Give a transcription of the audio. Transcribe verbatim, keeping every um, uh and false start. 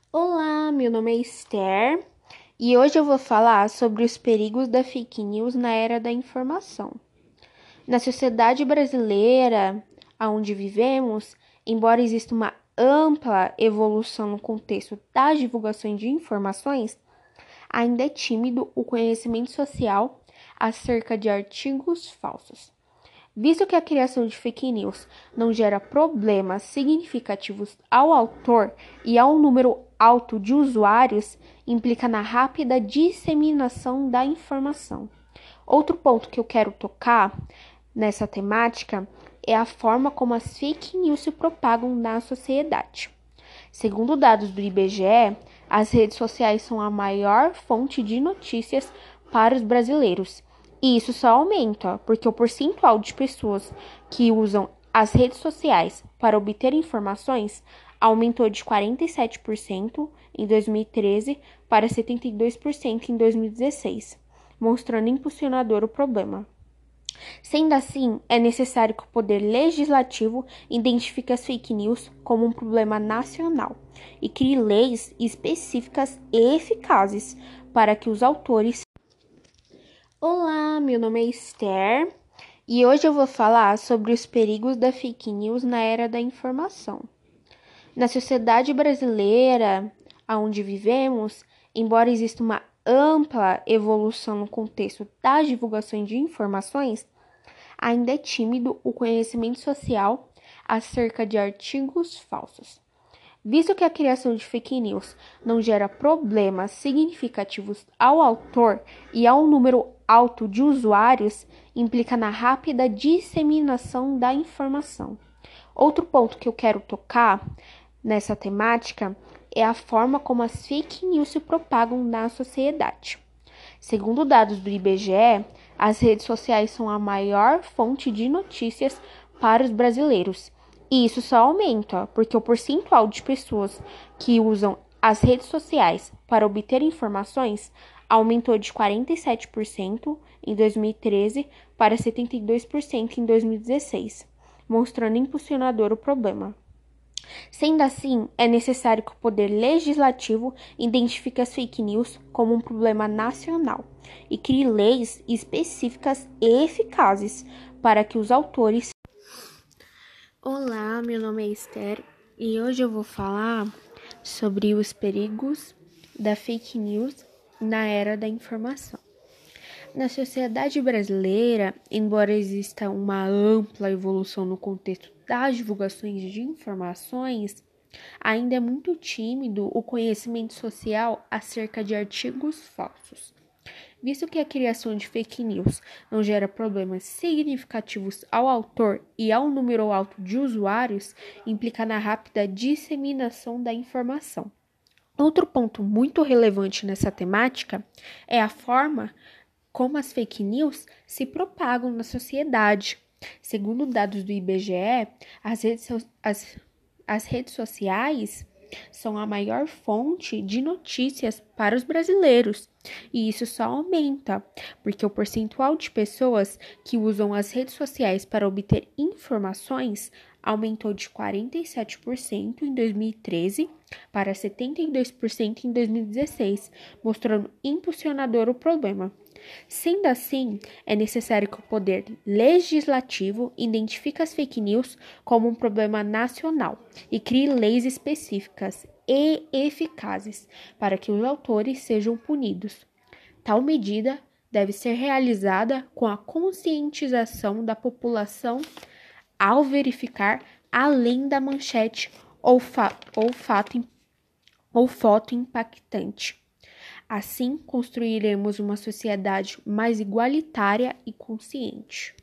Olá, meu nome é Esther e hoje eu vou falar sobre os perigos da fake news na era da informação. Na sociedade brasileira, onde vivemos, embora exista uma ampla evolução no contexto das divulgações de informações, ainda é tímido o conhecimento social acerca de artigos falsos. Visto que a criação de fake news não gera problemas significativos ao autor e a um número alto de usuários, implica na rápida disseminação da informação. Outro ponto que eu quero tocar nessa temática é a forma como as fake news se propagam na sociedade. Segundo dados do I B G E, as redes sociais são a maior fonte de notícias para os brasileiros. E isso só aumenta, porque o percentual de pessoas que usam as redes sociais para obter informações aumentou de quarenta e sete por cento em dois mil e treze para setenta e dois por cento em dois mil e dezesseis, mostrando impulsionador o problema. Sendo assim, é necessário que o Poder Legislativo identifique as fake news como um problema nacional e crie leis específicas e eficazes para que os autores. Olá, meu nome é Esther e hoje eu vou falar sobre os perigos da fake news na era da informação. Na sociedade brasileira, onde vivemos, embora exista uma ampla evolução no contexto das divulgações de informações, ainda é tímido o conhecimento social acerca de artigos falsos. Visto que a criação de fake news não gera problemas significativos ao autor e a um número alto de usuários, implica na rápida disseminação da informação. Outro ponto que eu quero tocar nessa temática é a forma como as fake news se propagam na sociedade. Segundo dados do I B G E, as redes sociais são a maior fonte de notícias para os brasileiros. E isso só aumenta, porque o percentual de pessoas que usam as redes sociais para obter informações aumentou de quarenta e sete por cento em dois mil e treze para setenta e dois por cento em dois mil e dezesseis, mostrando impulsionador o problema. Sendo assim, é necessário que o Poder Legislativo identifique as fake news como um problema nacional e crie leis específicas e eficazes para que os autores. Olá, meu nome é Esther e hoje eu vou falar sobre os perigos da fake news na era da informação. Na sociedade brasileira, embora exista uma ampla evolução no contexto das divulgações de informações, ainda é muito tímido o conhecimento social acerca de artigos falsos. Visto que a criação de fake news não gera problemas significativos ao autor e a um número alto de usuários, implica na rápida disseminação da informação. Outro ponto muito relevante nessa temática é a forma como as fake news se propagam na sociedade. Segundo dados do I B G E, as redes, as, as redes sociais são a maior fonte de notícias para os brasileiros. E isso só aumenta, porque o percentual de pessoas que usam as redes sociais para obter informações aumentou de quarenta e sete por cento em dois mil e treze para setenta e dois por cento em dois mil e dezesseis, mostrando impulsionador o problema. Sendo assim, é necessário que o Poder Legislativo identifique as fake news como um problema nacional e crie leis específicas e eficazes para que os autores sejam punidos. Tal medida deve ser realizada com a conscientização da população ao verificar além da manchete ou, fa- ou, fato, ou foto impactante. Assim, construiremos uma sociedade mais igualitária e consciente.